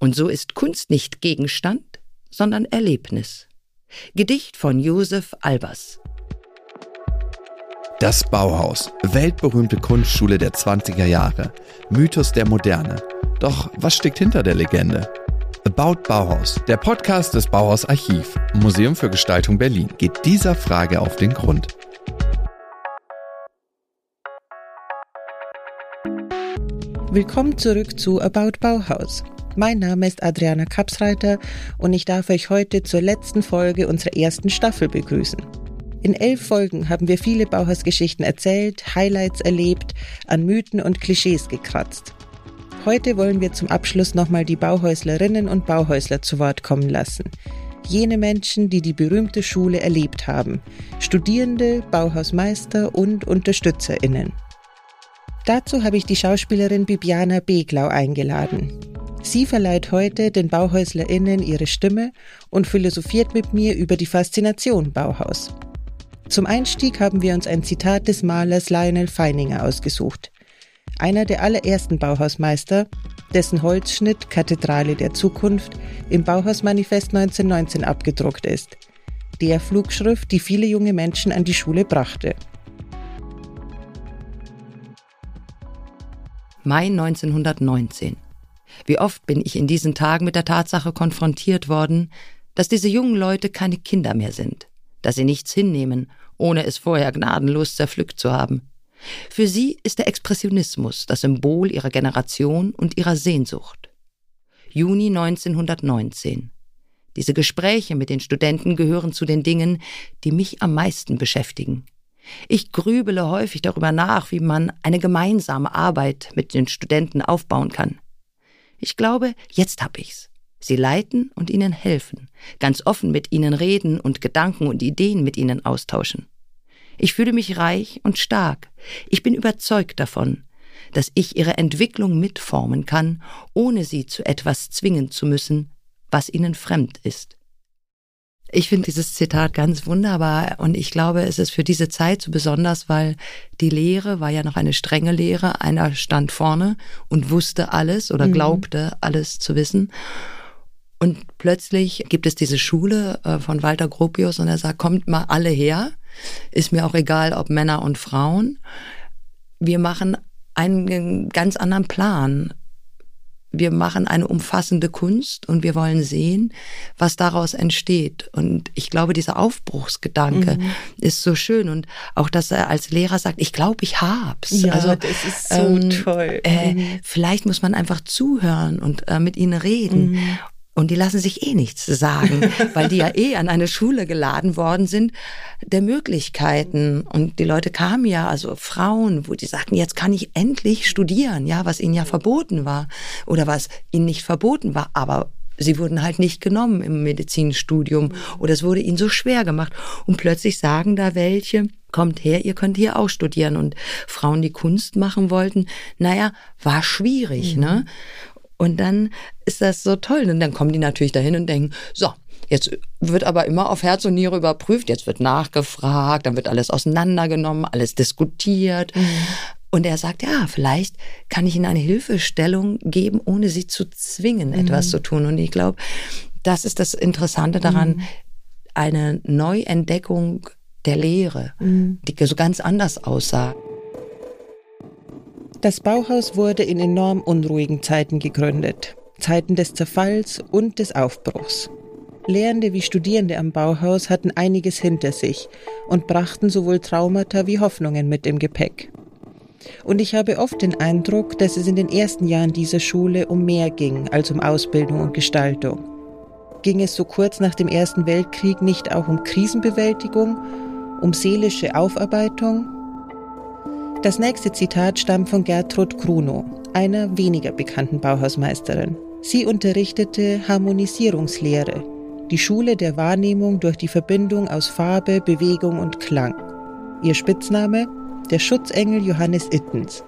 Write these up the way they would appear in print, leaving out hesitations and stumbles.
Und so ist Kunst nicht Gegenstand, sondern Erlebnis. Gedicht von Josef Albers. Das Bauhaus, weltberühmte Kunstschule der 20er Jahre, Mythos der Moderne. Doch was steckt hinter der Legende? About Bauhaus, der Podcast des Bauhaus Archiv, Museum für Gestaltung Berlin, geht dieser Frage auf den Grund. Willkommen zurück zu About Bauhaus. Mein Name ist Adriana Kapsreiter und ich darf euch heute zur letzten Folge unserer ersten Staffel begrüßen. In 11 Folgen haben wir viele Bauhausgeschichten erzählt, Highlights erlebt, an Mythen und Klischees gekratzt. Heute wollen wir zum Abschluss nochmal die Bauhäuslerinnen und Bauhäusler zu Wort kommen lassen. Jene Menschen, die die berühmte Schule erlebt haben. Studierende, Bauhausmeister und UnterstützerInnen. Dazu habe ich die Schauspielerin Bibiana Beglau eingeladen. Sie verleiht heute den BauhäuslerInnen ihre Stimme und philosophiert mit mir über die Faszination Bauhaus. Zum Einstieg haben wir uns ein Zitat des Malers Lionel Feininger ausgesucht. Einer der allerersten Bauhausmeister, dessen Holzschnitt Kathedrale der Zukunft im Bauhausmanifest 1919 abgedruckt ist. Der Flugschrift, die viele junge Menschen an die Schule brachte. Mai 1919. Wie oft bin ich in diesen Tagen mit der Tatsache konfrontiert worden, dass diese jungen Leute keine Kinder mehr sind, dass sie nichts hinnehmen, ohne es vorher gnadenlos zerpflückt zu haben. Für sie ist der Expressionismus das Symbol ihrer Generation und ihrer Sehnsucht. Juni 1919. Diese Gespräche mit den Studenten gehören zu den Dingen, die mich am meisten beschäftigen. Ich grübele häufig darüber nach, wie man eine gemeinsame Arbeit mit den Studenten aufbauen kann. Ich glaube, jetzt hab ich's. Sie leiten und ihnen helfen, ganz offen mit ihnen reden und Gedanken und Ideen mit ihnen austauschen. Ich fühle mich reich und stark. Ich bin überzeugt davon, dass ich ihre Entwicklung mitformen kann, ohne sie zu etwas zwingen zu müssen, was ihnen fremd ist. Ich finde dieses Zitat ganz wunderbar und ich glaube, es ist für diese Zeit so besonders, weil die Lehre war ja noch eine strenge Lehre. Einer stand vorne und wusste alles oder glaubte alles zu wissen. Und plötzlich gibt es diese Schule von Walter Gropius und er sagt, kommt mal alle her, ist mir auch egal, ob Männer und Frauen. Wir machen einen ganz anderen Plan. Wir machen eine umfassende Kunst und wir wollen sehen, was daraus entsteht. Und ich glaube, dieser Aufbruchsgedanke ist so schön. Und auch, dass er als Lehrer sagt, ich glaube, ich hab's. Ja, also, das ist so toll. Vielleicht muss man einfach zuhören und mit ihnen reden. Und die lassen sich nichts sagen, weil die ja an eine Schule geladen worden sind der Möglichkeiten. Und die Leute kamen ja, also Frauen, wo die sagten, jetzt kann ich endlich studieren, ja, was ihnen ja verboten war oder was ihnen nicht verboten war, aber sie wurden halt nicht genommen im Medizinstudium oder es wurde ihnen so schwer gemacht. Und plötzlich sagen da welche, kommt her, ihr könnt hier auch studieren. Und Frauen, die Kunst machen wollten, naja, war schwierig, ne? Und dann ist das so toll. Und dann kommen die natürlich dahin und denken, so, jetzt wird aber immer auf Herz und Niere überprüft, jetzt wird nachgefragt, dann wird alles auseinandergenommen, alles diskutiert. Und er sagt, ja, vielleicht kann ich ihnen eine Hilfestellung geben, ohne sie zu zwingen, etwas zu tun. Und ich glaube, das ist das Interessante daran, eine Neuentdeckung der Lehre, die so ganz anders aussah. Das Bauhaus wurde in enorm unruhigen Zeiten gegründet. Zeiten des Zerfalls und des Aufbruchs. Lehrende wie Studierende am Bauhaus hatten einiges hinter sich und brachten sowohl Traumata wie Hoffnungen mit im Gepäck. Und ich habe oft den Eindruck, dass es in den ersten Jahren dieser Schule um mehr ging als um Ausbildung und Gestaltung. Ging es so kurz nach dem Ersten Weltkrieg nicht auch um Krisenbewältigung, um seelische Aufarbeitung? Das nächste Zitat stammt von Gertrud Grunow, einer weniger bekannten Bauhausmeisterin. Sie unterrichtete Harmonisierungslehre, die Schule der Wahrnehmung durch die Verbindung aus Farbe, Bewegung und Klang. Ihr Spitzname? Der Schutzengel Johannes Ittens.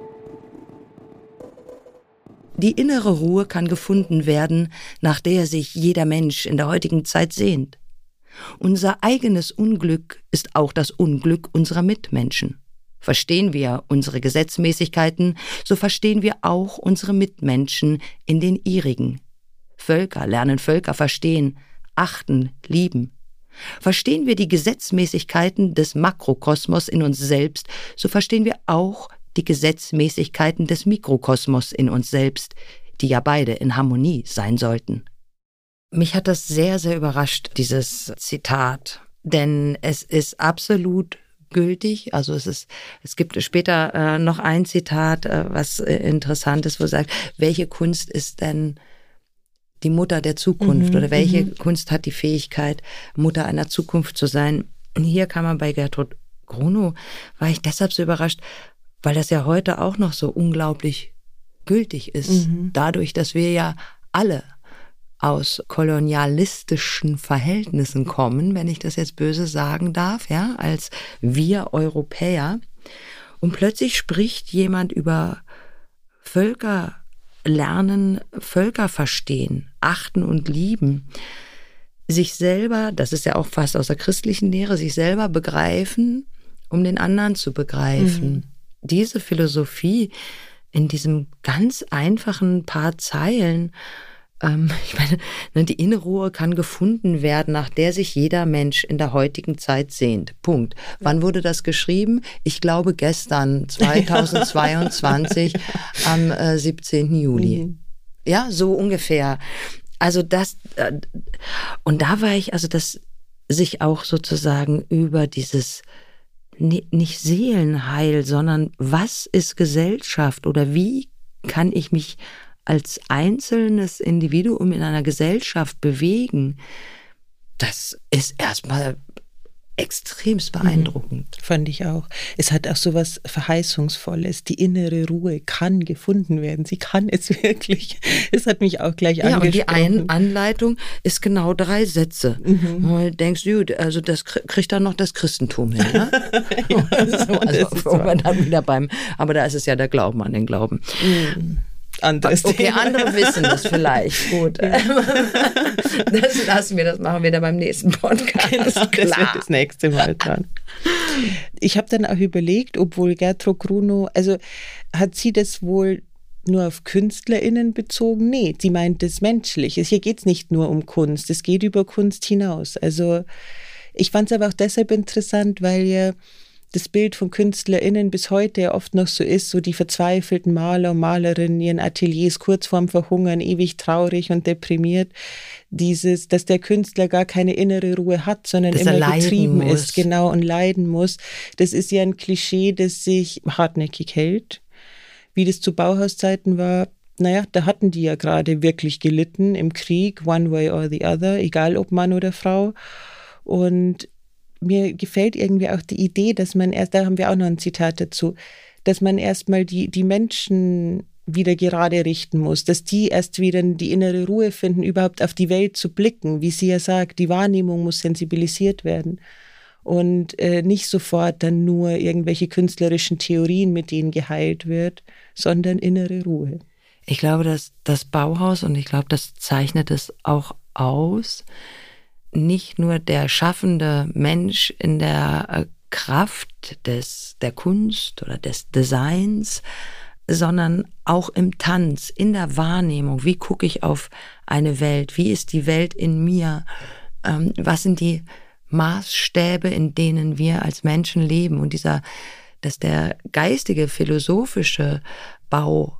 Die innere Ruhe kann gefunden werden, nach der sich jeder Mensch in der heutigen Zeit sehnt. Unser eigenes Unglück ist auch das Unglück unserer Mitmenschen. Verstehen wir unsere Gesetzmäßigkeiten, so verstehen wir auch unsere Mitmenschen in den ihrigen. Völker, lernen Völker verstehen, achten, lieben. Verstehen wir die Gesetzmäßigkeiten des Makrokosmos in uns selbst, so verstehen wir auch die Gesetzmäßigkeiten des Mikrokosmos in uns selbst, die ja beide in Harmonie sein sollten. Mich hat das sehr, sehr überrascht, dieses Zitat, denn es ist absolut gültig. Also es gibt später noch ein Zitat, was interessant ist, wo es sagt, welche Kunst ist denn die Mutter der Zukunft oder welche Kunst hat die Fähigkeit, Mutter einer Zukunft zu sein? Und hier kann man bei Gertrud Grunow, war ich deshalb so überrascht, weil das ja heute auch noch so unglaublich gültig ist. Dadurch, dass wir ja alle aus kolonialistischen Verhältnissen kommen, wenn ich das jetzt böse sagen darf, ja, als wir Europäer. Und plötzlich spricht jemand über Völker lernen, Völker verstehen, achten und lieben, sich selber, das ist ja auch fast aus der christlichen Lehre, sich selber begreifen, um den anderen zu begreifen. Diese Philosophie in diesem ganz einfachen paar Zeilen, ich meine, die innere Ruhe kann gefunden werden, nach der sich jeder Mensch in der heutigen Zeit sehnt. Punkt. Wann wurde das geschrieben? Ich glaube gestern, 2022, am 17. Juli. Ja, so ungefähr. Also das, und da war ich, also das sich auch sozusagen über dieses nicht Seelenheil, sondern was ist Gesellschaft oder wie kann ich mich als einzelnes Individuum in einer Gesellschaft bewegen, das ist erstmal extremst beeindruckend. Fand ich auch. Es hat auch so was Verheißungsvolles. Die innere Ruhe kann gefunden werden. Sie kann es wirklich. Es hat mich auch gleich angesprochen. Ja, und die Anleitung ist genau 3 Sätze. Und du denkst, gut, also das kriegt dann noch das Christentum hin. Ne? Also dann wieder aber da ist es ja der Glauben an den Glauben. Okay, andere wissen das vielleicht. Gut. Ja. Das lassen wir, das machen wir dann beim nächsten Podcast. Genau, das wird das nächste Mal dran. Ich habe dann auch überlegt, obwohl Gertrud Grunow, also hat sie das wohl nur auf KünstlerInnen bezogen? Nee, sie meint es menschlich. Hier geht es nicht nur um Kunst, es geht über Kunst hinaus. Also ich fand es aber auch deshalb interessant, weil ja das Bild von KünstlerInnen bis heute ja oft noch so ist, so die verzweifelten Maler und Malerinnen in ihren Ateliers kurz vorm Verhungern, ewig traurig und deprimiert. Dass der Künstler gar keine innere Ruhe hat, sondern dass immer getrieben ist, genau, und leiden muss. Das ist ja ein Klischee, das sich hartnäckig hält. Wie das zu Bauhauszeiten war, naja, da hatten die ja gerade wirklich gelitten im Krieg, one way or the other, egal ob Mann oder Frau. Und mir gefällt irgendwie auch die Idee, dass man erst, da haben wir auch noch ein Zitat dazu, dass man erstmal die Menschen wieder gerade richten muss, dass die erst wieder die innere Ruhe finden, überhaupt auf die Welt zu blicken. Wie sie ja sagt, die Wahrnehmung muss sensibilisiert werden und nicht sofort dann nur irgendwelche künstlerischen Theorien, mit denen geheilt wird, sondern innere Ruhe. Ich glaube, dass das Bauhaus, und ich glaube, das zeichnet es auch aus, nicht nur der schaffende Mensch in der Kraft der Kunst oder des Designs, sondern auch im Tanz, in der Wahrnehmung. Wie gucke ich auf eine Welt? Wie ist die Welt in mir? Was sind die Maßstäbe, in denen wir als Menschen leben? Und dass der geistige, philosophische Bau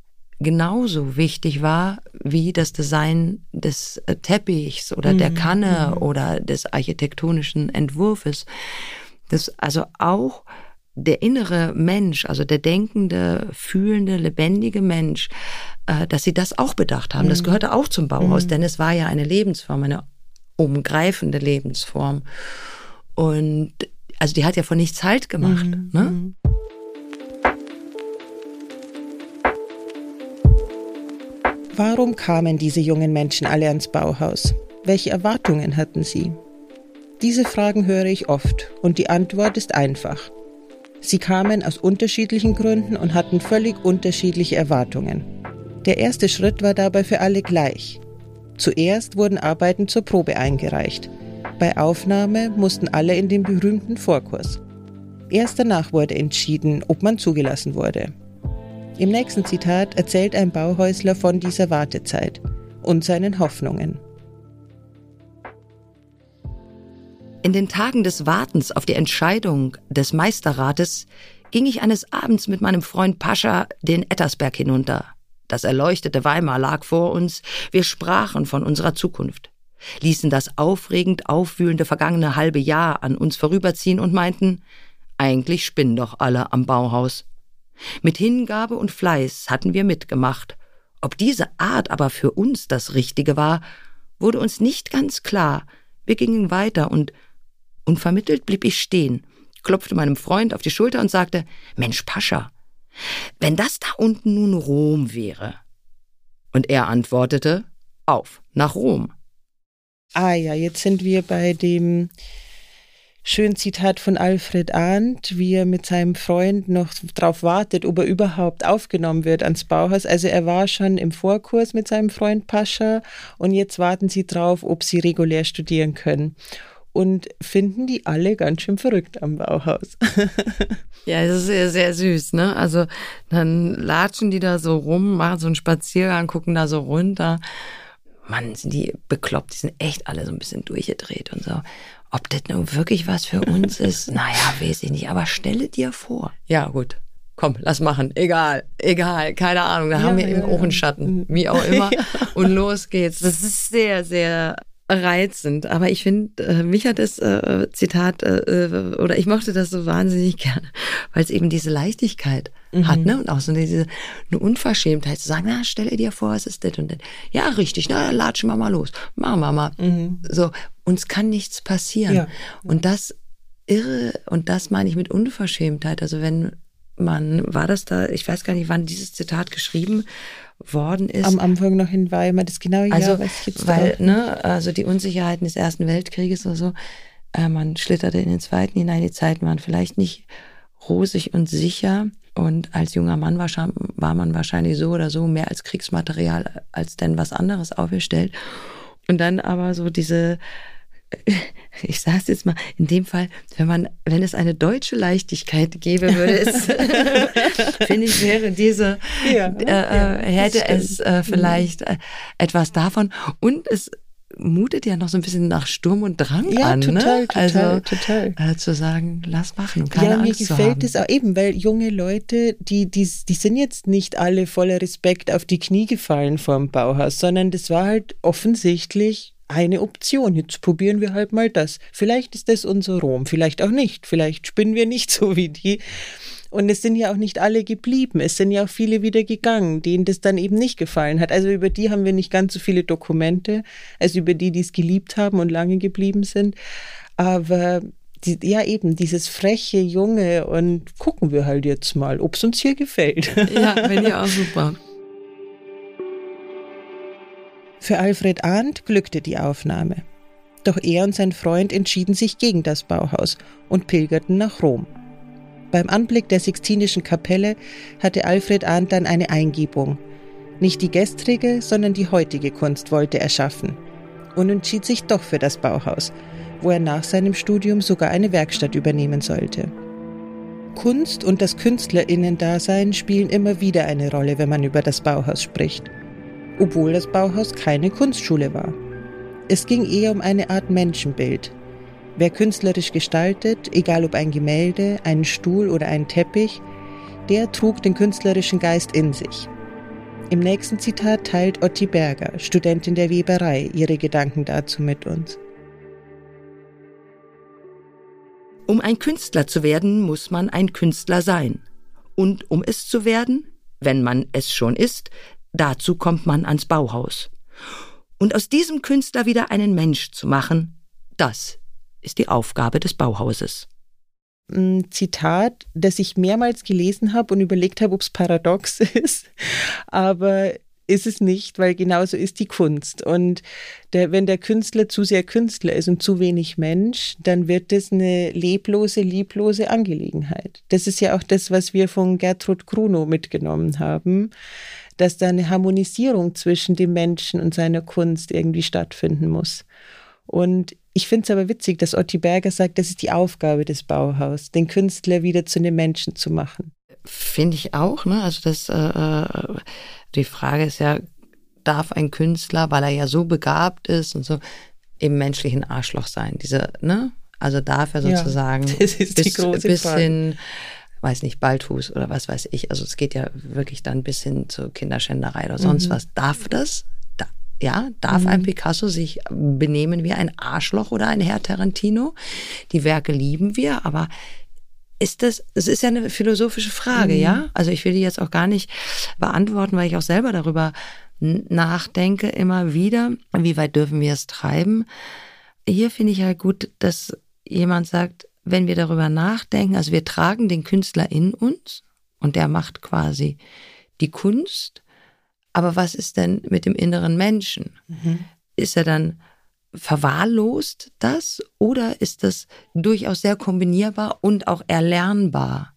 genauso wichtig war wie das Design des Teppichs oder der Kanne oder des architektonischen Entwurfs. Das also auch der innere Mensch, also der denkende, fühlende, lebendige Mensch, dass sie das auch bedacht haben. Das gehörte auch zum Bauhaus, denn es war ja eine Lebensform, eine umgreifende Lebensform. Und also die hat ja von nichts Halt gemacht. Ne? Warum kamen diese jungen Menschen alle ans Bauhaus? Welche Erwartungen hatten sie? Diese Fragen höre ich oft und die Antwort ist einfach. Sie kamen aus unterschiedlichen Gründen und hatten völlig unterschiedliche Erwartungen. Der erste Schritt war dabei für alle gleich. Zuerst wurden Arbeiten zur Probe eingereicht. Bei Aufnahme mussten alle in den berühmten Vorkurs. Erst danach wurde entschieden, ob man zugelassen wurde. Im nächsten Zitat erzählt ein Bauhäusler von dieser Wartezeit. und seinen Hoffnungen. In den Tagen des Wartens auf die Entscheidung des Meisterrates ging ich eines Abends mit meinem Freund Pascha den Ettersberg hinunter. Das erleuchtete Weimar lag vor uns. Wir sprachen von unserer Zukunft, ließen das aufregend aufwühlende vergangene halbe Jahr an uns vorüberziehen und meinten, eigentlich spinnen doch alle am Bauhaus. Mit Hingabe und Fleiß hatten wir mitgemacht. Ob diese Art aber für uns das Richtige war, wurde uns nicht ganz klar. Wir gingen weiter und unvermittelt blieb ich stehen, klopfte meinem Freund auf die Schulter und sagte, Mensch, Pascha, wenn das da unten nun Rom wäre. Und er antwortete, auf, nach Rom. Ah ja, jetzt sind wir bei dem schönen Zitat von Alfred Arndt, wie er mit seinem Freund noch drauf wartet, ob er überhaupt aufgenommen wird ans Bauhaus. Also er war schon im Vorkurs mit seinem Freund Pascha und jetzt warten sie drauf, ob sie regulär studieren können. Und finden die alle ganz schön verrückt am Bauhaus. Ja, das ist sehr, sehr süß, ne? Also dann latschen die da so rum, machen so einen Spaziergang, gucken da so runter. Mann, sind die bekloppt, die sind echt alle so ein bisschen durchgedreht und so. Ob das nun wirklich was für uns ist, naja, weiß ich nicht, aber stelle dir vor. Ja, gut, komm, lass machen, egal, keine Ahnung, da haben wir eben auch einen Schatten, wie auch immer. Ja. Und los geht's. Das ist sehr, sehr reizend, aber ich finde, mich hat das Zitat, oder ich mochte das so wahnsinnig gerne, weil es eben diese Leichtigkeit hat, ne? Und auch so eine Unverschämtheit zu sagen, na, stell dir vor, es ist das und das. Ja, richtig, na, dann latschen wir mal los. Machen wir mal. So, uns kann nichts passieren. Ja. Und das irre, und das meine ich mit Unverschämtheit. Also wenn man, war das da, ich weiß gar nicht, wann dieses Zitat geschrieben worden ist. Am Anfang noch in Weimar, das genaue Jahr weiß ich jetzt weil, ne, also die Unsicherheiten des Ersten Weltkrieges oder so, man schlitterte in den Zweiten hinein, die Zeiten waren vielleicht nicht rosig und sicher und als junger Mann war man wahrscheinlich so oder so mehr als Kriegsmaterial als denn was anderes aufgestellt. Und dann aber so diese, ich sage es jetzt mal, in dem Fall, wenn es eine deutsche Leichtigkeit gäbe, würde es, finde ich, wäre diese, hätte es vielleicht etwas davon. Und es mutet ja noch so ein bisschen nach Sturm und Drang an. Total, ne? total. Zu sagen, lass machen und keine Angst zu haben. Mir gefällt es auch eben, weil junge Leute, die sind jetzt nicht alle voller Respekt auf die Knie gefallen vor dem Bauhaus, sondern das war halt offensichtlich eine Option. Jetzt probieren wir halt mal das. Vielleicht ist das unser Rom, vielleicht auch nicht. Vielleicht spinnen wir nicht so wie die. Und es sind ja auch nicht alle geblieben. Es sind ja auch viele wieder gegangen, denen das dann eben nicht gefallen hat. Also über die haben wir nicht ganz so viele Dokumente, als über die es geliebt haben und lange geblieben sind. Aber eben dieses freche Junge und gucken wir halt jetzt mal, ob es uns hier gefällt. Ja, finde ich auch super. Für Alfred Arndt glückte die Aufnahme. Doch er und sein Freund entschieden sich gegen das Bauhaus und pilgerten nach Rom. Beim Anblick der Sixtinischen Kapelle hatte Alfred Arndt dann eine Eingebung. Nicht die gestrige, sondern die heutige Kunst wollte er schaffen. Und entschied sich doch für das Bauhaus, wo er nach seinem Studium sogar eine Werkstatt übernehmen sollte. Kunst und das KünstlerInnen-Dasein spielen immer wieder eine Rolle, wenn man über das Bauhaus spricht. Obwohl das Bauhaus keine Kunstschule war. Es ging eher um eine Art Menschenbild. Wer künstlerisch gestaltet, egal ob ein Gemälde, einen Stuhl oder einen Teppich, der trug den künstlerischen Geist in sich. Im nächsten Zitat teilt Otti Berger, Studentin der Weberei, ihre Gedanken dazu mit uns. Um ein Künstler zu werden, muss man ein Künstler sein. Und um es zu werden, wenn man es schon ist, dazu kommt man ans Bauhaus. Und aus diesem Künstler wieder einen Mensch zu machen, das ist die Aufgabe des Bauhauses. Ein Zitat, das ich mehrmals gelesen habe und überlegt habe, ob es paradox ist, aber ist es nicht, weil genauso ist die Kunst. Und wenn der Künstler zu sehr Künstler ist und zu wenig Mensch, dann wird das eine lieblose Angelegenheit. Das ist ja auch das, was wir von Gertrud Grunow mitgenommen haben, dass da eine Harmonisierung zwischen dem Menschen und seiner Kunst irgendwie stattfinden muss. Und ich finde es aber witzig, dass Otti Berger sagt, das ist die Aufgabe des Bauhaus, den Künstler wieder zu einem Menschen zu machen. Finde ich auch, ne? Also die Frage ist ja, darf ein Künstler, weil er ja so begabt ist und so, im menschlichen Arschloch sein. Also darf er sozusagen das ist die große bis Frage. hin, weiß nicht, Balthus oder was weiß ich. Also es geht ja wirklich dann bis hin zur Kinderschänderei oder sonst was. Darf das? Darf ein Picasso sich benehmen wie ein Arschloch oder ein Herr Tarantino? Die Werke lieben wir, aber es ist ja eine philosophische Frage, ja? Also ich will die jetzt auch gar nicht beantworten, weil ich auch selber darüber nachdenke immer wieder, wie weit dürfen wir es treiben. Hier finde ich halt gut, dass jemand sagt, wenn wir darüber nachdenken, also wir tragen den Künstler in uns und der macht quasi die Kunst, aber was ist denn mit dem inneren Menschen? Ist er dann verwahrlost das oder ist das durchaus sehr kombinierbar und auch erlernbar?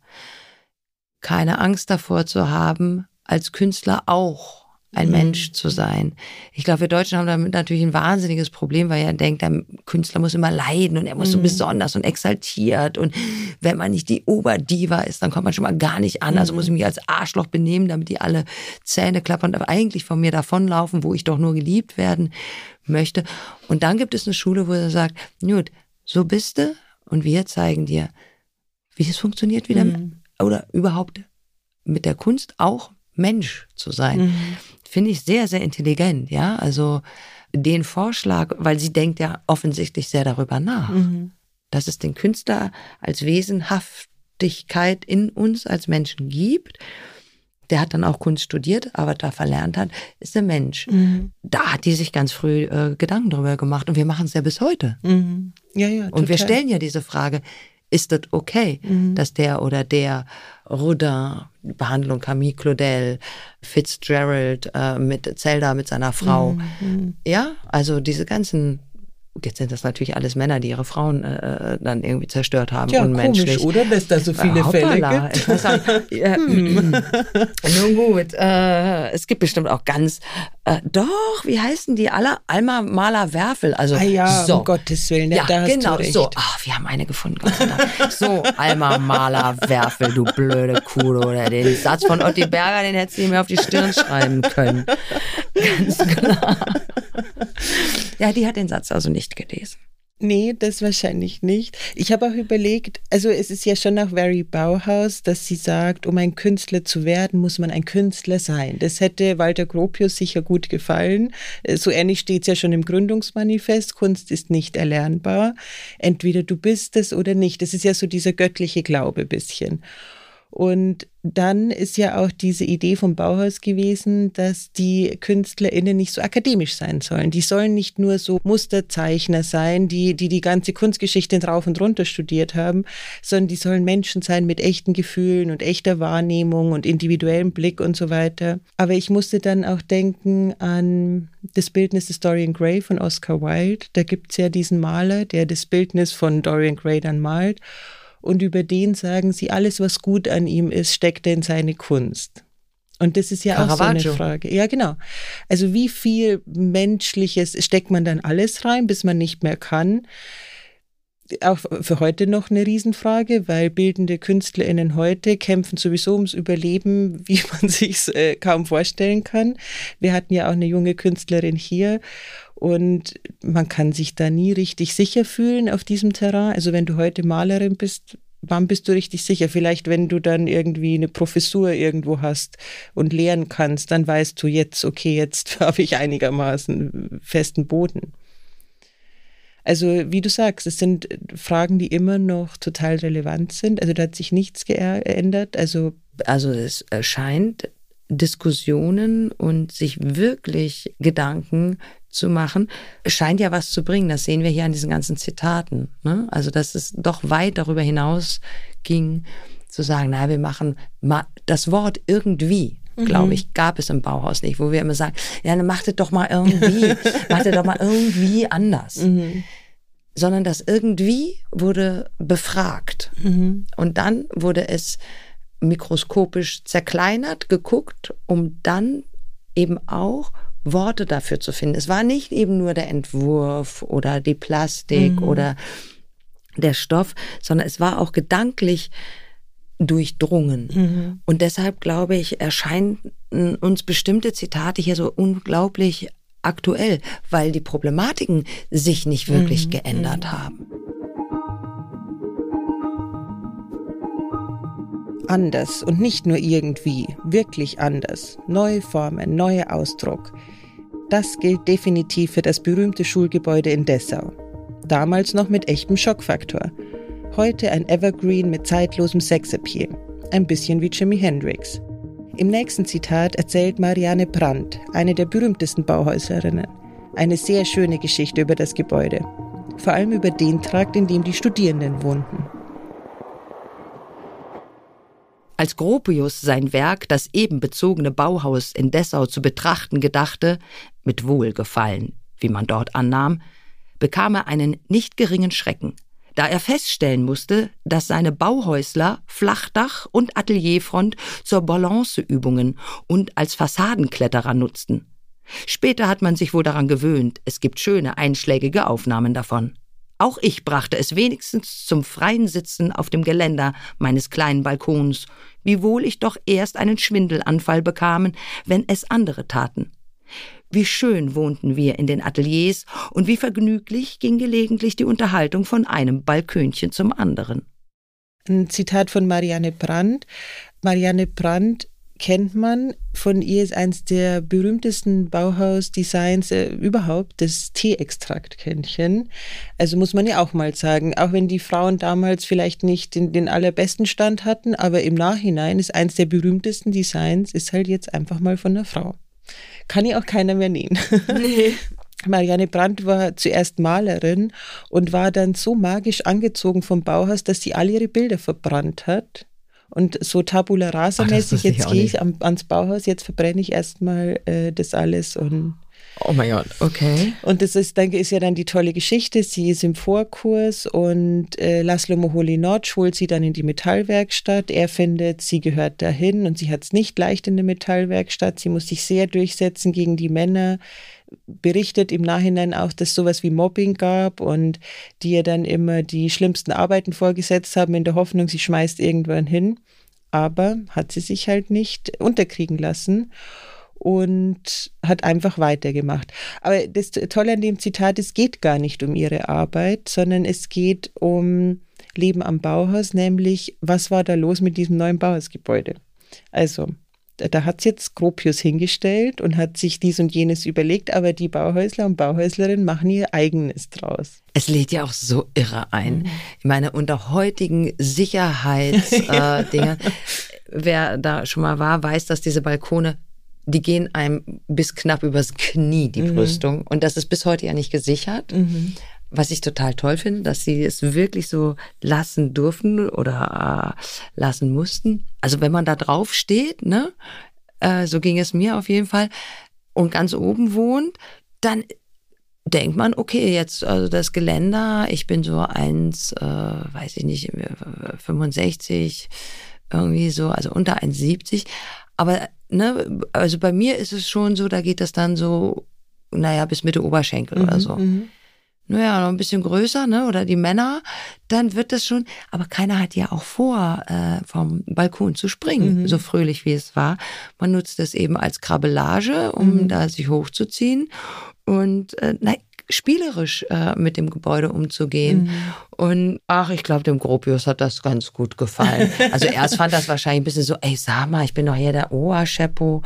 Keine Angst davor zu haben, als Künstler auch ein Mensch zu sein. Ich glaube, wir Deutschen haben damit natürlich ein wahnsinniges Problem, weil er denkt, der Künstler muss immer leiden und er muss so besonders und exaltiert und wenn man nicht die Oberdiva ist, dann kommt man schon mal gar nicht an, also muss ich mich als Arschloch benehmen, damit die alle Zähne klappern und eigentlich von mir davonlaufen, wo ich doch nur geliebt werden möchte. Und dann gibt es eine Schule, wo er sagt, gut, so bist du und wir zeigen dir, wie es funktioniert wieder oder überhaupt mit der Kunst auch Mensch zu sein. Finde ich sehr, sehr intelligent, ja. Also den Vorschlag, weil sie denkt ja offensichtlich sehr darüber nach, dass es den Künstler als Wesenhaftigkeit in uns als Menschen gibt. Der hat dann auch Kunst studiert, aber da verlernt hat, ist der Mensch. Da hat die sich ganz früh Gedanken drüber gemacht und wir machen es ja bis heute. Ja, total. Und wir stellen ja diese Frage, ist das okay, dass der oder der Rodin, Behandlung Camille Claudel, Fitzgerald mit Zelda, mit seiner Frau. Ja, also diese ganzen, jetzt sind das natürlich alles Männer, die ihre Frauen dann irgendwie zerstört haben, ja, unmenschlich. Komisch, oder? Dass da so viele Fälle gibt. Ich weiß auch, nun gut, es gibt bestimmt auch ganz, doch, wie heißen die alle? Alma Mahler-Werfel. Also, um Gottes Willen, ja, da hast genau, du recht. so. Wir haben eine gefunden, Gott sei Dank. So, Alma Mahler-Werfel, du blöde Kuh, oder den Satz von Otti Berger, den hättest du ihm auf die Stirn schreiben können. Ganz klar. Ja, die hat den Satz also nicht gelesen. Nee, das wahrscheinlich nicht. Ich habe auch überlegt, also es ist ja schon nach Very Bauhaus, dass sie sagt, um ein Künstler zu werden, muss man ein Künstler sein. Das hätte Walter Gropius sicher gut gefallen. So ähnlich steht es ja schon im Gründungsmanifest, Kunst ist nicht erlernbar. Entweder du bist es oder nicht. Das ist ja so dieser göttliche Glaube ein bisschen. Und dann ist ja auch diese Idee vom Bauhaus gewesen, dass die KünstlerInnen nicht so akademisch sein sollen. Die sollen nicht nur so Musterzeichner sein, die ganze Kunstgeschichte drauf und runter studiert haben, sondern die sollen Menschen sein mit echten Gefühlen und echter Wahrnehmung und individuellem Blick und so weiter. Aber ich musste dann auch denken an das Bildnis des Dorian Gray von Oscar Wilde. Da gibt es ja diesen Maler, der das Bildnis von Dorian Gray dann malt. Und über den sagen sie, alles, was gut an ihm ist, steckt in seine Kunst. Und das ist ja auch so eine Frage. Ja, genau. Also wie viel Menschliches steckt man dann alles rein, bis man nicht mehr kann? Auch für heute noch eine Riesenfrage, weil bildende KünstlerInnen heute kämpfen sowieso ums Überleben, wie man sich kaum vorstellen kann. Wir hatten ja auch eine junge Künstlerin hier und man kann sich da nie richtig sicher fühlen auf diesem Terrain. Also wenn du heute Malerin bist, wann bist du richtig sicher? Vielleicht, wenn du dann irgendwie eine Professur irgendwo hast und lehren kannst, dann weißt du jetzt, okay, jetzt habe ich einigermaßen festen Boden. Also wie du sagst, es sind Fragen, die immer noch total relevant sind. Also da hat sich nichts geändert. Also es scheint Diskussionen und sich wirklich Gedanken zu machen, scheint ja was zu bringen. Das sehen wir hier an diesen ganzen Zitaten. Ne? Also dass es doch weit darüber hinaus ging, zu sagen, na, wir machen mal das Wort irgendwie. Glaube ich, gab es im Bauhaus nicht, wo wir immer sagen, ja, dann macht es doch mal irgendwie anders. Sondern das irgendwie wurde befragt. Und dann wurde es mikroskopisch zerkleinert, geguckt, um dann eben auch Worte dafür zu finden. Es war nicht eben nur der Entwurf oder die Plastik oder der Stoff, sondern es war auch gedanklich durchdrungen. Und deshalb, glaube ich, erscheinen uns bestimmte Zitate hier so unglaublich aktuell, weil die Problematiken sich nicht wirklich geändert haben. Anders und nicht nur irgendwie, wirklich anders. Neue Formen, neuer Ausdruck. Das gilt definitiv für das berühmte Schulgebäude in Dessau. Damals noch mit echtem Schockfaktor. Heute ein Evergreen mit zeitlosem Sexappeal. Ein bisschen wie Jimi Hendrix. Im nächsten Zitat erzählt Marianne Brandt, eine der berühmtesten Bauhäuslerinnen, eine sehr schöne Geschichte über das Gebäude. Vor allem über den Trakt, in dem die Studierenden wohnten. Als Gropius sein Werk, das eben bezogene Bauhaus in Dessau, zu betrachten gedachte, mit Wohlgefallen, wie man dort annahm, bekam er einen nicht geringen Schrecken, da er feststellen musste, dass seine Bauhäusler Flachdach und Atelierfront zur Balanceübungen und als Fassadenkletterer nutzten. Später hat man sich wohl daran gewöhnt, es gibt schöne einschlägige Aufnahmen davon. Auch ich brachte es wenigstens zum freien Sitzen auf dem Geländer meines kleinen Balkons, wiewohl ich doch erst einen Schwindelanfall bekam, wenn es andere taten. Wie schön wohnten wir in den Ateliers und wie vergnüglich ging gelegentlich die Unterhaltung von einem Balkönchen zum anderen. Ein Zitat von Marianne Brandt. Marianne Brandt kennt man. Von ihr ist eines der berühmtesten Bauhausdesigns überhaupt, das Tee-Extrakt-Kännchen. Also muss man ja auch mal sagen, auch wenn die Frauen damals vielleicht nicht den allerbesten Stand hatten, aber im Nachhinein ist eines der berühmtesten Designs, ist halt jetzt einfach mal von einer Frau. Kann ja auch keiner mehr nähen. Nee. Marianne Brandt war zuerst Malerin und war dann so magisch angezogen vom Bauhaus, dass sie all ihre Bilder verbrannt hat. Und so Tabula Rasa-mäßig, jetzt gehe ich ans Bauhaus, jetzt verbrenne ich erstmal das alles. Und oh mein Gott, okay. Und das ist ja dann die tolle Geschichte. Sie ist im Vorkurs und Laszlo Moholy-Nagy holt sie dann in die Metallwerkstatt. Er findet, sie gehört dahin und sie hat es nicht leicht in der Metallwerkstatt. Sie muss sich sehr durchsetzen gegen die Männer. Berichtet im Nachhinein auch, dass es sowas wie Mobbing gab und die ihr dann immer die schlimmsten Arbeiten vorgesetzt haben, in der Hoffnung, sie schmeißt irgendwann hin. Aber hat sie sich halt nicht unterkriegen lassen und hat einfach weitergemacht. Aber das Tolle an dem Zitat, es geht gar nicht um ihre Arbeit, sondern es geht um Leben am Bauhaus, nämlich was war da los mit diesem neuen Bauhausgebäude. Also da hat es jetzt Gropius hingestellt und hat sich dies und jenes überlegt, aber die Bauhäusler und Bauhäuslerinnen machen ihr eigenes draus. Es lädt ja auch so irre ein. Ich meine, unter heutigen Sicherheitsdingen, wer da schon mal war, weiß, dass diese Balkone, die gehen einem bis knapp übers Knie, die Brüstung. Und das ist bis heute ja nicht gesichert. Was ich total toll finde, dass sie es wirklich so lassen durften oder lassen mussten. Also wenn man da drauf steht, ne, so ging es mir auf jeden Fall, und ganz oben wohnt, dann denkt man, okay, jetzt also das Geländer, ich bin so 1,65, irgendwie so, also unter 1,70. Aber ne, also bei mir ist es schon so, da geht das dann so, bis Mitte Oberschenkel oder so. Naja, noch ein bisschen größer, ne, oder die Männer, dann wird das schon, aber keiner hat ja auch vor, vom Balkon zu springen, so fröhlich wie es war. Man nutzt es eben als Krabbelage, um da sich hochzuziehen und spielerisch mit dem Gebäude umzugehen. Und ich glaube, dem Gropius hat das ganz gut gefallen. Also erst fand das wahrscheinlich ein bisschen so, ey, sag mal, ich bin doch hier der Oberscheppo.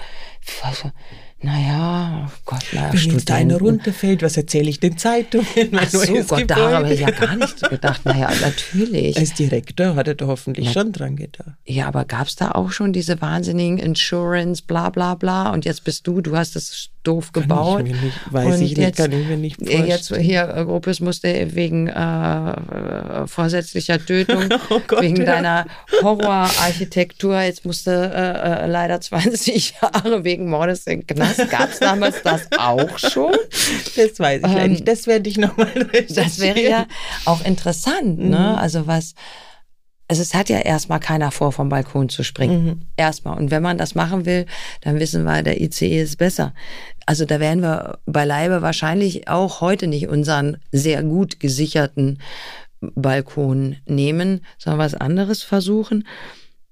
Naja, oh Gott, wenn jetzt einer runterfällt, was erzähle ich den Zeitungen? Ach so, Gott, da habe ich ja gar nicht gedacht. Naja, natürlich. Als Direktor hat er doch hoffentlich schon dran gedacht. Ja, aber gab es da auch schon diese wahnsinnigen Insurance, bla bla bla, und jetzt bist du hast das doof gebaut. Kann ich mir nicht vorstellen. Jetzt hier, Gropius musste wegen vorsätzlicher Tötung, wegen deiner Horrorarchitektur, jetzt musste leider 20 Jahre wegen Mordes in den Knast. Gab es damals das auch schon? Das weiß ich nicht. Das werde ich nochmal recherchieren. Das wäre ja auch interessant, ne? Also es hat ja erstmal keiner vor, vom Balkon zu springen. Erstmal. Und wenn man das machen will, dann wissen wir, der ICE ist besser. Also da werden wir beileibe wahrscheinlich auch heute nicht unseren sehr gut gesicherten Balkon nehmen, sondern was anderes versuchen.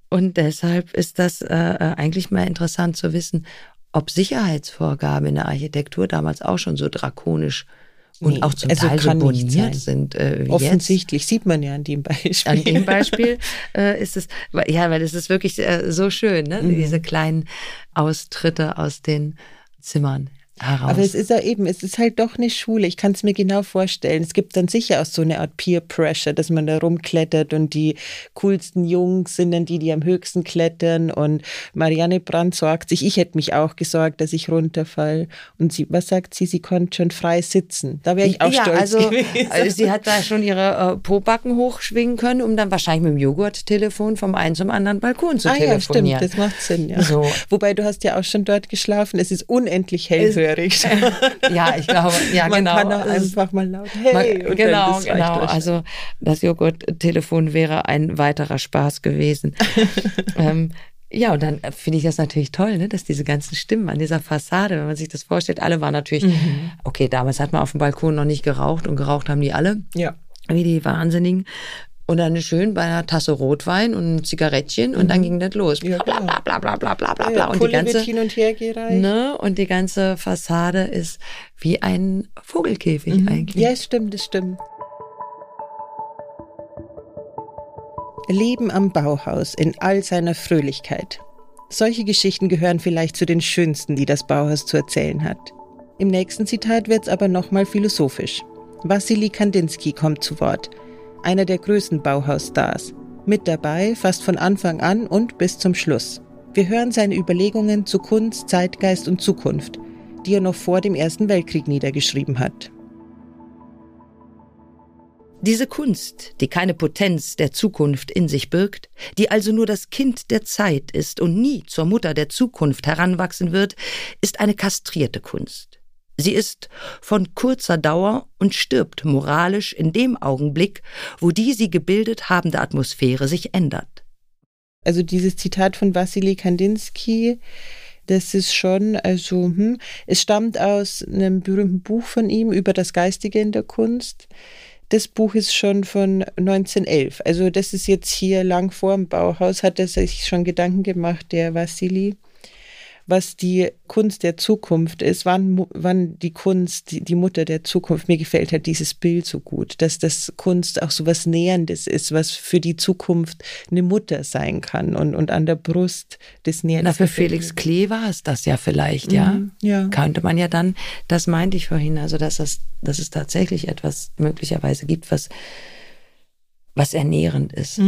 Und deshalb ist das eigentlich mal interessant zu wissen, ob Sicherheitsvorgaben in der Architektur damals auch schon so drakonisch und auch zum Teil so boniert sind wie offensichtlich jetzt. Sieht man ja an dem Beispiel. An dem Beispiel ist es, ja, weil es ist wirklich so schön, ne? Diese kleinen Austritte aus den Zimmern heraus. Aber es ist ja eben, es ist halt doch eine Schule. Ich kann es mir genau vorstellen. Es gibt dann sicher auch so eine Art Peer Pressure, dass man da rumklettert und die coolsten Jungs sind dann die am höchsten klettern. Und Marianne Brandt sorgt sich, ich hätte mich auch gesorgt, dass ich runterfall. Und sie, was sagt sie? Sie konnte schon frei sitzen. Da wäre ich auch stolz gewesen. Also sie hat da schon ihre Pobacken hochschwingen können, um dann wahrscheinlich mit dem Joghurttelefon vom einen zum anderen Balkon zu telefonieren. Ja, stimmt, das macht Sinn, ja. So. Wobei, du hast ja auch schon dort geschlafen. Es ist unendlich hellhörig. Ja, ich glaube, ja, man genau. Man kann auch einfach mal laut, hey. Und genau. Also das Joghurt-Telefon wäre ein weiterer Spaß gewesen. Ja, und dann finde ich das natürlich toll, ne, dass diese ganzen Stimmen an dieser Fassade, wenn man sich das vorstellt, alle waren natürlich, okay, damals hat man auf dem Balkon noch nicht geraucht und geraucht haben die alle. Ja. Wie die Wahnsinnigen. Und dann schön bei einer Tasse Rotwein und einem Zigarettchen und dann ging das los. Ja, bla, bla, bla, bla, bla, bla, bla, bla. Ja, und die ganze, wird hin und her gereicht. Ne, und die ganze Fassade ist wie ein Vogelkäfig eigentlich. Ja, das stimmt. Leben am Bauhaus in all seiner Fröhlichkeit. Solche Geschichten gehören vielleicht zu den schönsten, die das Bauhaus zu erzählen hat. Im nächsten Zitat wird's aber nochmal philosophisch. Wassily Kandinsky kommt zu Wort. Einer der größten Bauhausstars. Mit dabei fast von Anfang an und bis zum Schluss. Wir hören seine Überlegungen zu Kunst, Zeitgeist und Zukunft, die er noch vor dem Ersten Weltkrieg niedergeschrieben hat. Diese Kunst, die keine Potenz der Zukunft in sich birgt, die also nur das Kind der Zeit ist und nie zur Mutter der Zukunft heranwachsen wird, ist eine kastrierte Kunst. Sie ist von kurzer Dauer und stirbt moralisch in dem Augenblick, wo die sie gebildet habende Atmosphäre sich ändert. Also dieses Zitat von Wassily Kandinsky, das ist schon, es stammt aus einem berühmten Buch von ihm über das Geistige in der Kunst. Das Buch ist schon von 1911. Also das ist jetzt hier lang vor dem Bauhaus, hat er sich schon Gedanken gemacht, der Wassily, was die Kunst der Zukunft ist, wann die Kunst die Mutter der Zukunft. Mir gefällt halt dieses Bild so gut, dass das Kunst auch so was Näherndes ist, was für die Zukunft eine Mutter sein kann und an der Brust des Näherndes. Na, für Felix Klee war es das ja vielleicht, ja? Ja. Könnte man ja dann, das meinte ich vorhin, also dass es tatsächlich etwas möglicherweise gibt, was ernährend ist.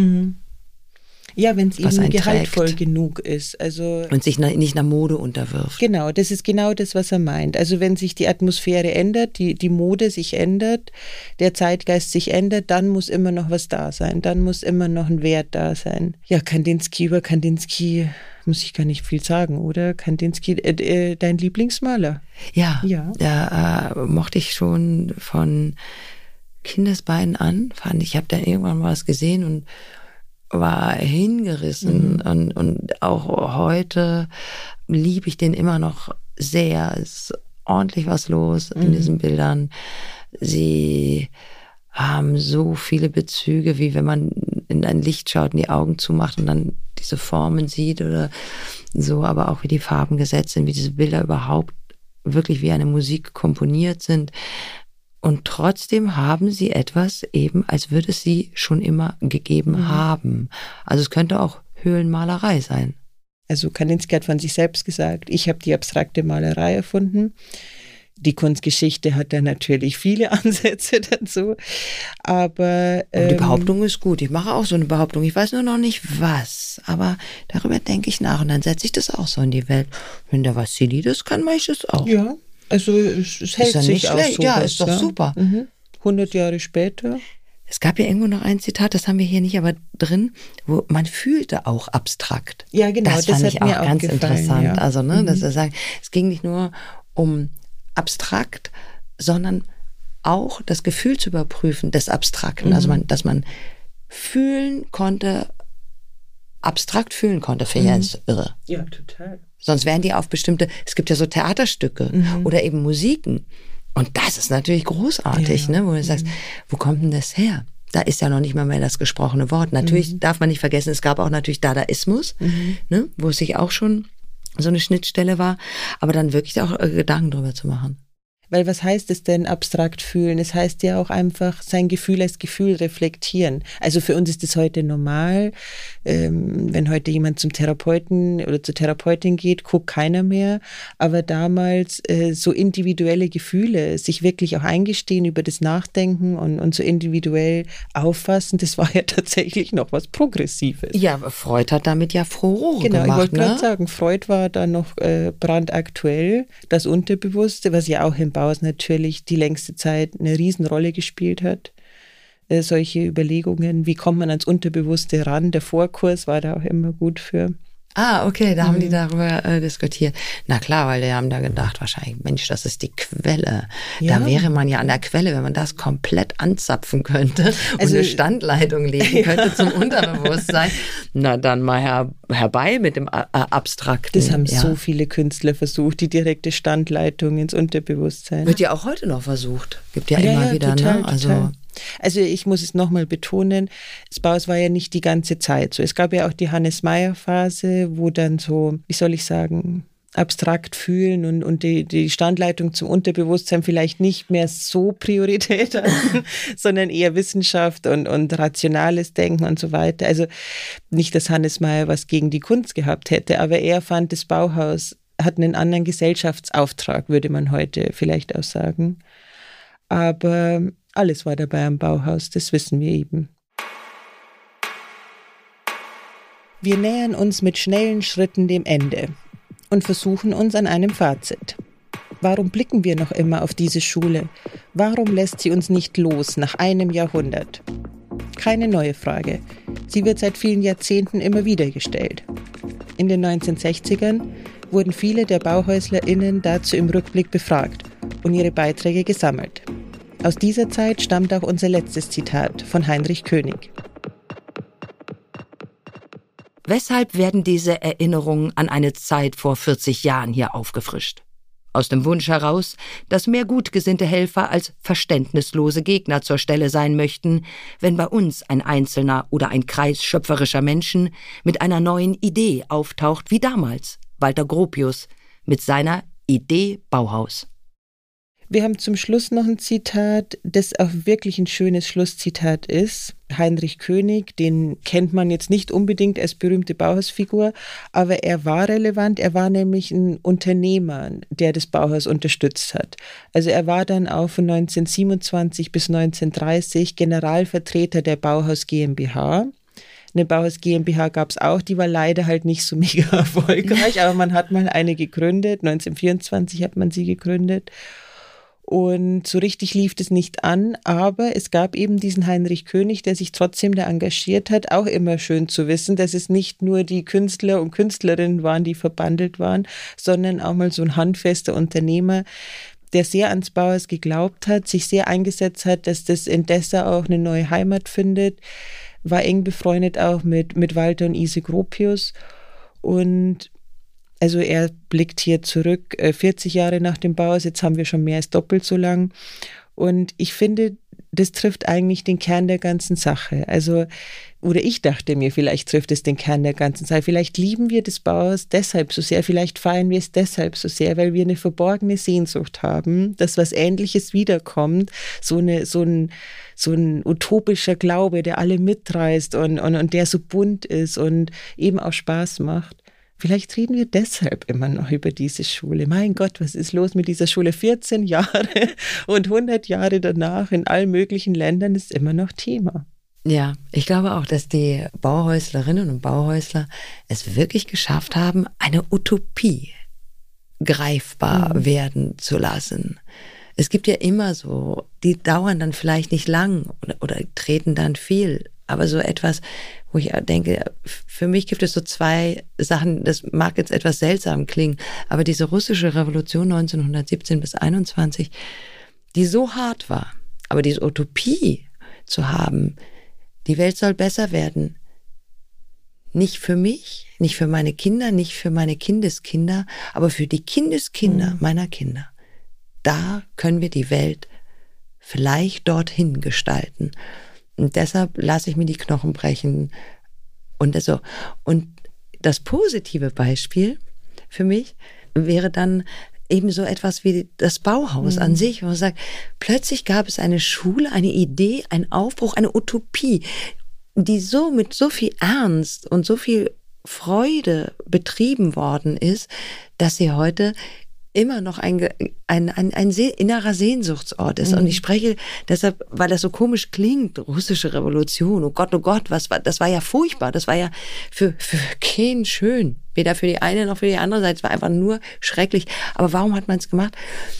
Ja, wenn es eben gehaltvoll genug ist. Also und sich nicht nach Mode unterwirft. Genau, das ist genau das, was er meint. Also wenn sich die Atmosphäre ändert, die Mode sich ändert, der Zeitgeist sich ändert, dann muss immer noch was da sein. Dann muss immer noch ein Wert da sein. Ja, über Kandinsky muss ich gar nicht viel sagen, oder? Kandinsky, dein Lieblingsmaler? Ja. Mochte ich schon von Kindesbeinen an. Ich habe da irgendwann mal was gesehen und war hingerissen und auch heute liebe ich den immer noch sehr. Es ist ordentlich was los in diesen Bildern. Sie haben so viele Bezüge, wie wenn man in ein Licht schaut und die Augen zumacht und dann diese Formen sieht oder so, aber auch wie die Farben gesetzt sind, wie diese Bilder überhaupt wirklich wie eine Musik komponiert sind. Und trotzdem haben sie etwas eben, als würde es sie schon immer gegeben haben. Also es könnte auch Höhlenmalerei sein. Also Kandinsky hat von sich selbst gesagt, ich habe die abstrakte Malerei erfunden. Die Kunstgeschichte hat da natürlich viele Ansätze dazu, aber die Behauptung ist gut. Ich mache auch so eine Behauptung. Ich weiß nur noch nicht was, aber darüber denke ich nach und dann setze ich das auch so in die Welt. Wenn der Wassily das kann, mache ich das auch. Ja. Also es hält ja sich auch so. Ja, ist doch super. 100 Jahre später. Es gab ja irgendwo noch ein Zitat, das haben wir hier nicht aber drin, wo man fühlte auch abstrakt. Ja, genau. Das fand ich auch ganz interessant. Ja. Also, dass er sagt, es ging nicht nur um abstrakt, sondern auch das Gefühl zu überprüfen des Abstrakten. Also dass man fühlen konnte, abstrakt fühlen konnte, finde ich jetzt irre. Ja, total. Sonst wären die auf bestimmte, es gibt ja so Theaterstücke oder eben Musiken. Und das ist natürlich großartig, ne? Wo du sagst, wo kommt denn das her? Da ist ja noch nicht mal mehr das gesprochene Wort. Natürlich darf man nicht vergessen, es gab auch natürlich Dadaismus, ne, wo es sich auch schon so eine Schnittstelle war, aber dann wirklich auch Gedanken drüber zu machen. Weil was heißt es denn, abstrakt fühlen? Es heißt ja auch einfach, sein Gefühl als Gefühl reflektieren. Also für uns ist das heute normal. Wenn heute jemand zum Therapeuten oder zur Therapeutin geht, guckt keiner mehr. Aber damals so individuelle Gefühle, sich wirklich auch eingestehen über das Nachdenken und so individuell auffassen, das war ja tatsächlich noch was Progressives. Ja, Freud hat damit ja Furore gemacht. Genau, ich wollte gerade sagen, Freud war da noch brandaktuell. Das Unterbewusste, was ja auch im Bauhaus natürlich die längste Zeit eine Riesenrolle gespielt hat. Solche Überlegungen, wie kommt man ans Unterbewusste ran? Der Vorkurs war da auch immer gut für. Ah, okay, da haben die darüber diskutiert. Na klar, weil die haben da gedacht, wahrscheinlich, Mensch, das ist die Quelle. Ja. Da wäre man ja an der Quelle, wenn man das komplett anzapfen könnte und eine Standleitung legen könnte zum Unterbewusstsein. Na, dann mal herbei mit dem Abstrakten. Das haben so viele Künstler versucht, die direkte Standleitung ins Unterbewusstsein. Wird ja auch heute noch versucht. Gibt ja immer wieder, total, ne? Also ich muss es nochmal betonen, das Bauhaus war ja nicht die ganze Zeit so. Es gab ja auch die Hannes-Meyer-Phase, wo dann so, wie soll ich sagen, abstrakt fühlen und die Standleitung zum Unterbewusstsein vielleicht nicht mehr so Priorität hatten, sondern eher Wissenschaft und rationales Denken und so weiter. Also nicht, dass Hannes Meyer was gegen die Kunst gehabt hätte, aber er fand, das Bauhaus hat einen anderen Gesellschaftsauftrag, würde man heute vielleicht auch sagen. Aber alles war dabei am Bauhaus, das wissen wir eben. Wir nähern uns mit schnellen Schritten dem Ende und versuchen uns an einem Fazit. Warum blicken wir noch immer auf diese Schule? Warum lässt sie uns nicht los nach einem Jahrhundert? Keine neue Frage. Sie wird seit vielen Jahrzehnten immer wieder gestellt. In den 1960ern wurden viele der BauhäuslerInnen dazu im Rückblick befragt und ihre Beiträge gesammelt. Aus dieser Zeit stammt auch unser letztes Zitat von Heinrich König. Weshalb werden diese Erinnerungen an eine Zeit vor 40 Jahren hier aufgefrischt? Aus dem Wunsch heraus, dass mehr gutgesinnte Helfer als verständnislose Gegner zur Stelle sein möchten, wenn bei uns ein einzelner oder ein Kreis schöpferischer Menschen mit einer neuen Idee auftaucht, wie damals Walter Gropius mit seiner Idee Bauhaus. Wir haben zum Schluss noch ein Zitat, das auch wirklich ein schönes Schlusszitat ist. Heinrich König, den kennt man jetzt nicht unbedingt als berühmte Bauhausfigur, aber er war relevant. Er war nämlich ein Unternehmer, der das Bauhaus unterstützt hat. Also er war dann auch von 1927 bis 1930 Generalvertreter der Bauhaus GmbH. Eine Bauhaus GmbH gab es auch, die war leider halt nicht so mega erfolgreich, aber man hat mal eine gegründet. 1924 hat man sie gegründet. Und so richtig lief es nicht an, aber es gab eben diesen Heinrich König, der sich trotzdem da engagiert hat. Auch immer schön zu wissen, dass es nicht nur die Künstler und Künstlerinnen waren, die verbandelt waren, sondern auch mal so ein handfester Unternehmer, der sehr ans Bauhaus geglaubt hat, sich sehr eingesetzt hat, dass das in Dessau auch eine neue Heimat findet, war eng befreundet auch mit Walter und Ise Gropius. Und also er blickt hier zurück, 40 Jahre nach dem Bauhaus, jetzt haben wir schon mehr als doppelt so lang. Und ich finde, das trifft eigentlich den Kern der ganzen Sache. Also, oder ich dachte mir, vielleicht trifft es den Kern der ganzen Sache. Vielleicht lieben wir das Bauhaus deshalb so sehr, vielleicht feiern wir es deshalb so sehr, weil wir eine verborgene Sehnsucht haben, dass was Ähnliches wiederkommt, so ein utopischer Glaube, der alle mitreißt und der so bunt ist und eben auch Spaß macht. Vielleicht reden wir deshalb immer noch über diese Schule. Mein Gott, was ist los mit dieser Schule? 14 Jahre und 100 Jahre danach in allen möglichen Ländern ist immer noch Thema. Ja, ich glaube auch, dass die Bauhäuslerinnen und Bauhäusler es wirklich geschafft haben, eine Utopie greifbar werden zu lassen. Es gibt ja immer so, die dauern dann vielleicht nicht lang oder treten dann viel, aber so etwas, wo ich denke, für mich gibt es so zwei Sachen, das mag jetzt etwas seltsam klingen, aber diese russische Revolution 1917 bis 1921, die so hart war, aber diese Utopie zu haben, die Welt soll besser werden, nicht für mich, nicht für meine Kinder, nicht für meine Kindeskinder, aber für die Kindeskinder meiner Kinder. Da können wir die Welt vielleicht dorthin gestalten. Und deshalb lasse ich mir die Knochen brechen. Und das positive Beispiel für mich wäre dann eben so etwas wie das Bauhaus an sich, wo man sagt, plötzlich gab es eine Schule, eine Idee, einen Aufbruch, eine Utopie, die so mit so viel Ernst und so viel Freude betrieben worden ist, dass sie heute immer noch ein innerer Sehnsuchtsort ist. Und ich spreche deshalb, weil das so komisch klingt, russische Revolution, oh Gott, das war ja furchtbar, das war ja für keinen schön, weder für die eine noch für die andere Seite, es war einfach nur schrecklich. Aber warum hat man es gemacht?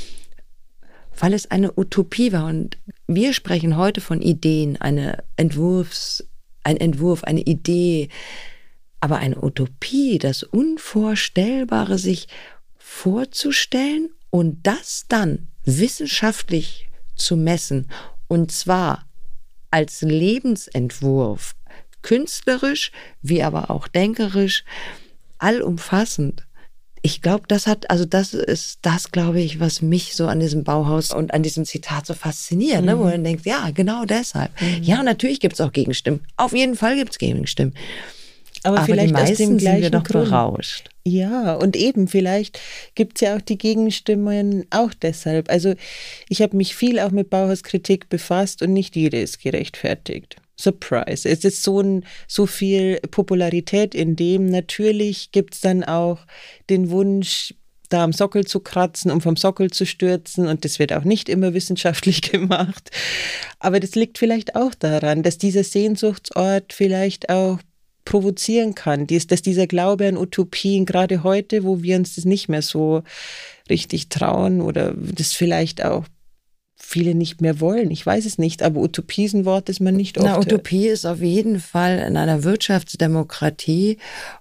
Weil es eine Utopie war. Und wir sprechen heute von Ideen, ein Entwurf, eine Idee, aber eine Utopie, das Unvorstellbare sich vorzustellen und das dann wissenschaftlich zu messen, und zwar als Lebensentwurf, künstlerisch wie aber auch denkerisch, allumfassend. Ich glaube, das ist das, glaube ich, was mich so an diesem Bauhaus und an diesem Zitat so fasziniert, ne? Wo man denkt, ja, genau deshalb. Ja, und natürlich gibt es auch Gegenstimmen. Auf jeden Fall gibt es Gegenstimmen. Aber vielleicht aus dem gleichen sind wir doch Grund berauscht. Ja, und eben, vielleicht gibt es ja auch die Gegenstimmen auch deshalb. Also ich habe mich viel auch mit Bauhauskritik befasst und nicht jede ist gerechtfertigt. Surprise. Es ist so viel Popularität in dem. Natürlich gibt es dann auch den Wunsch, da am Sockel zu kratzen, um vom Sockel zu stürzen, und das wird auch nicht immer wissenschaftlich gemacht. Aber das liegt vielleicht auch daran, dass dieser Sehnsuchtsort vielleicht auch provozieren kann, dass dieser Glaube an Utopien, gerade heute, wo wir uns das nicht mehr so richtig trauen oder das vielleicht auch viele nicht mehr wollen. Ich weiß es nicht, aber Utopie ist ein Wort, das man nicht oft hört. Utopie ist auf jeden Fall in einer Wirtschaftsdemokratie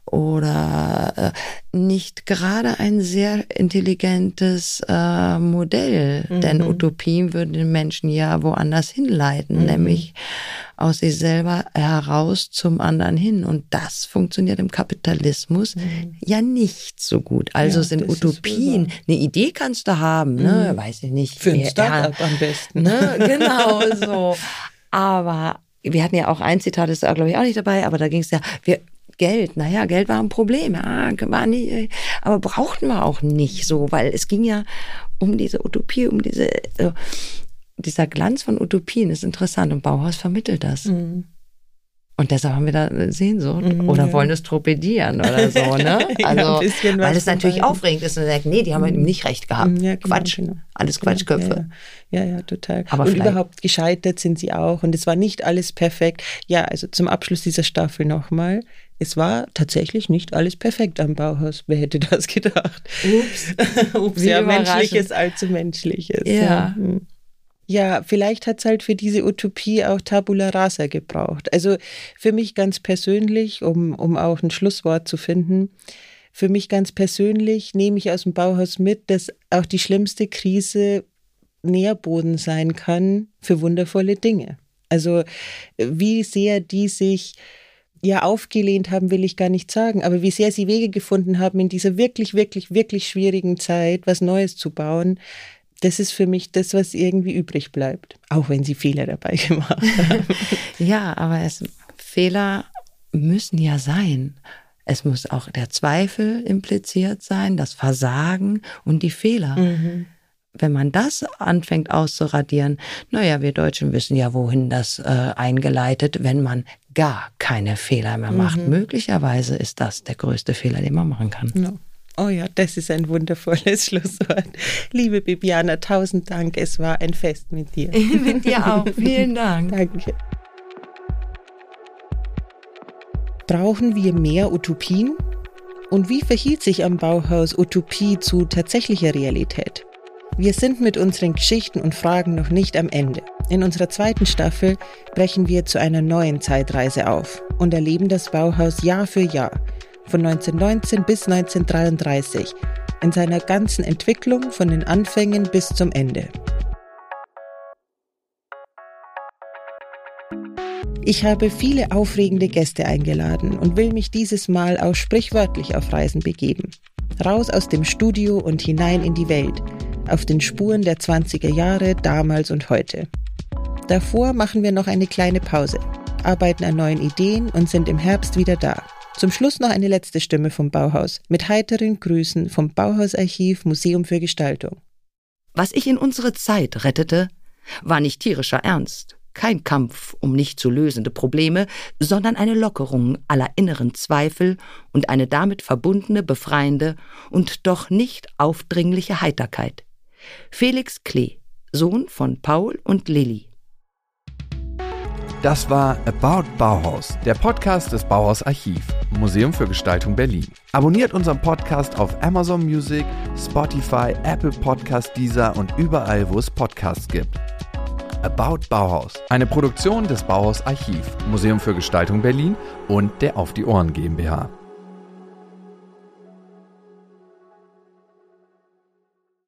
oder nicht gerade ein sehr intelligentes Modell, denn Utopien würden den Menschen ja woanders hinleiten, nämlich aus sich selber heraus zum anderen hin. Und das funktioniert im Kapitalismus ja nicht so gut. Also sind Utopien, eine Idee kannst du haben, ne? Weiß ich nicht. Für ein Start-up am besten. Ne? Genau so. Aber wir hatten ja auch ein Zitat, das ist glaube ich auch nicht dabei, aber da ging es ja, Geld war ein Problem, ja, war nicht, aber brauchten wir auch nicht so, weil es ging ja um diese Utopie, dieser Glanz von Utopien ist interessant und Bauhaus vermittelt das. Und deshalb haben wir da eine Sehnsucht oder wollen es torpedieren oder so, ne? Also, weil es natürlich aufregend ist und sagt, nee, die haben eben nicht recht gehabt. Ja, genau, Quatsch, genau. Alles Quatschköpfe. Ja, total. Aber und überhaupt gescheitert sind sie auch und es war nicht alles perfekt. Ja, also zum Abschluss dieser Staffel nochmal. Es war tatsächlich nicht alles perfekt am Bauhaus. Wer hätte das gedacht? Ups, ja, Menschliches, allzu Menschliches. Ja. Ja, vielleicht hat es halt für diese Utopie auch Tabula Rasa gebraucht. Also für mich ganz persönlich, um auch ein Schlusswort zu finden, für mich ganz persönlich nehme ich aus dem Bauhaus mit, dass auch die schlimmste Krise Nährboden sein kann für wundervolle Dinge. Also wie sehr die sich aufgelehnt haben, will ich gar nicht sagen, aber wie sehr sie Wege gefunden haben, in dieser wirklich, wirklich, wirklich schwierigen Zeit was Neues zu bauen, das ist für mich das, was irgendwie übrig bleibt. Auch wenn sie Fehler dabei gemacht haben. Ja, aber Fehler müssen ja sein. Es muss auch der Zweifel impliziert sein, das Versagen und die Fehler. Wenn man das anfängt auszuradieren, wir Deutschen wissen ja, wohin das eingeleitet, wenn man gar keine Fehler mehr macht. Möglicherweise ist das der größte Fehler, den man machen kann. Ja. Oh ja, das ist ein wundervolles Schlusswort. Liebe Bibiana, 1000 Dank. Es war ein Fest mit dir. Mit dir auch. Vielen Dank. Danke. Brauchen wir mehr Utopien? Und wie verhielt sich am Bauhaus Utopie zu tatsächlicher Realität? Wir sind mit unseren Geschichten und Fragen noch nicht am Ende. In unserer zweiten Staffel brechen wir zu einer neuen Zeitreise auf und erleben das Bauhaus Jahr für Jahr. Von 1919 bis 1933, in seiner ganzen Entwicklung von den Anfängen bis zum Ende. Ich habe viele aufregende Gäste eingeladen und will mich dieses Mal auch sprichwörtlich auf Reisen begeben. Raus aus dem Studio und hinein in die Welt, auf den Spuren der 20er Jahre damals und heute. Davor machen wir noch eine kleine Pause, arbeiten an neuen Ideen und sind im Herbst wieder da. Zum Schluss noch eine letzte Stimme vom Bauhaus mit heiteren Grüßen vom Bauhausarchiv Museum für Gestaltung. Was ich in unsere Zeit rettete, war nicht tierischer Ernst, kein Kampf um nicht zu lösende Probleme, sondern eine Lockerung aller inneren Zweifel und eine damit verbundene, befreiende und doch nicht aufdringliche Heiterkeit. Felix Klee, Sohn von Paul und Lilly. Das war About Bauhaus, der Podcast des Bauhaus Archiv, Museum für Gestaltung Berlin. Abonniert unseren Podcast auf Amazon Music, Spotify, Apple Podcast, Deezer und überall, wo es Podcasts gibt. About Bauhaus, eine Produktion des Bauhaus Archiv, Museum für Gestaltung Berlin und der Auf die Ohren GmbH.